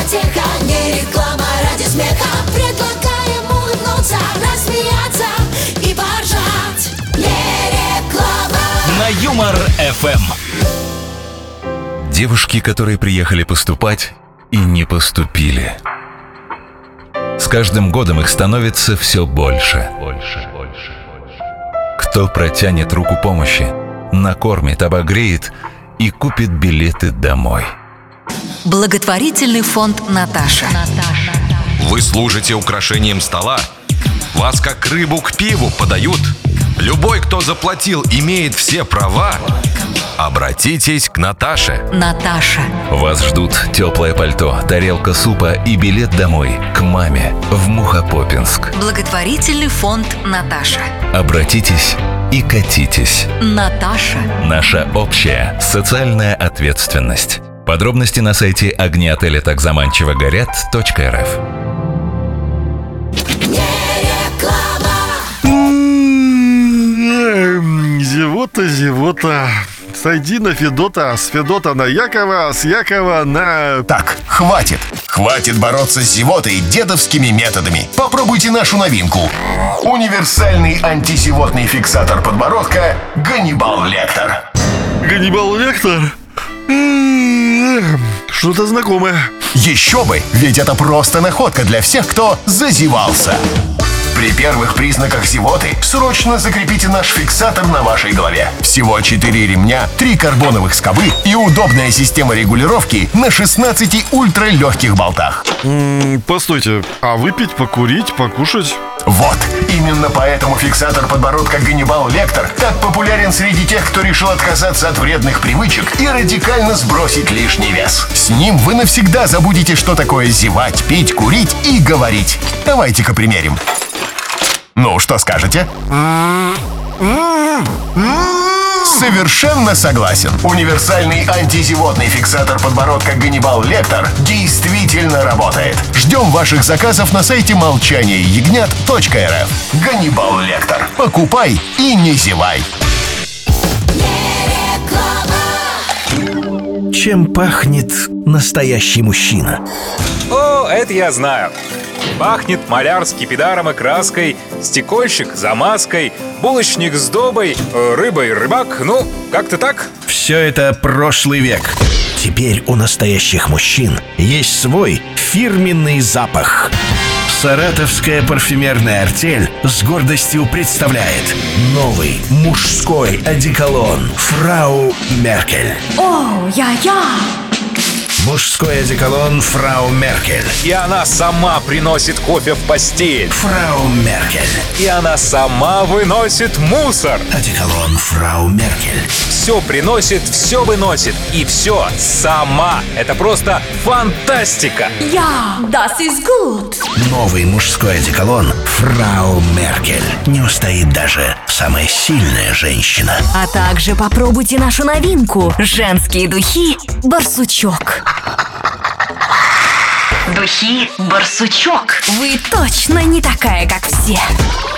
потеха, не реклама, ради смеха. Предлагаем улыбнуться, рассмеяться и поржать. Не реклама. На Юмор ФМ. Девушки, которые приехали поступать и не поступили. С каждым годом их становится все больше. Кто протянет руку помощи, накормит, обогреет и купит билеты домой. Благотворительный фонд «Наташа». Вы служите украшением стола? Вас как рыбу к пиву подают? Любой, кто заплатил, имеет все права? Обратитесь к Наташе. Наташа. Вас ждут теплое пальто, тарелка супа и билет домой к маме в Мухопопинск. Благотворительный фонд «Наташа». Обратитесь и катитесь. Наташа. Наша общая социальная ответственность. Подробности на сайте огни отеля так заманчиво горят.рф. Зевота. Сойди на Федота, с Федота на Якова, с Якова на... Так, хватит бороться с зевотой дедовскими методами. Попробуйте нашу новинку. Универсальный антизевотный фиксатор подбородка Ганнибал Лектор. Ганнибал Лектор? Что-то знакомое. Еще бы, ведь это просто находка для всех, кто зазевался. При первых признаках зевоты срочно закрепите наш фиксатор на вашей голове. Всего 4 ремня, 3 карбоновых скобы и удобная система регулировки на 16 ультралегких болтах. Постойте, а выпить, покурить, покушать? Вот, именно поэтому фиксатор подбородка Ганнибал Лектор так популярен среди тех, кто решил отказаться от вредных привычек и радикально сбросить лишний вес. С ним вы навсегда забудете, что такое зевать, пить, курить и говорить. Давайте-ка примерим. Ну, что скажете? Совершенно согласен. Универсальный антизевотный фиксатор подбородка Ганнибал Лектор действительно работает. Ждем ваших заказов на сайте молчаниеягнят.рф. Ганнибал Лектор. Покупай и не зевай. Чем пахнет настоящий мужчина? О, это я знаю. Пахнет маляр с скипидаром и краской, стекольщик замазкой, булочник с добой, рыбой рыбак, ну, как-то так. Все это прошлый век. Теперь у настоящих мужчин есть свой фирменный запах. Саратовская парфюмерная артель с гордостью представляет новый мужской одеколон «Фрау Меркель». О, я-я! Мужской одеколон «Фрау Меркель». И она сама приносит кофе в постель. «Фрау Меркель». И она сама выносит мусор. Одеколон «Фрау Меркель». Все приносит, все выносит. И все сама. Это просто фантастика. Ja, das ist gut. Новый мужской одеколон «Фрау Меркель». Не устоит даже самая сильная женщина. А также попробуйте нашу новинку – женские духи «Барсучок». Духи «Барсучок». Вы точно не такая, как все.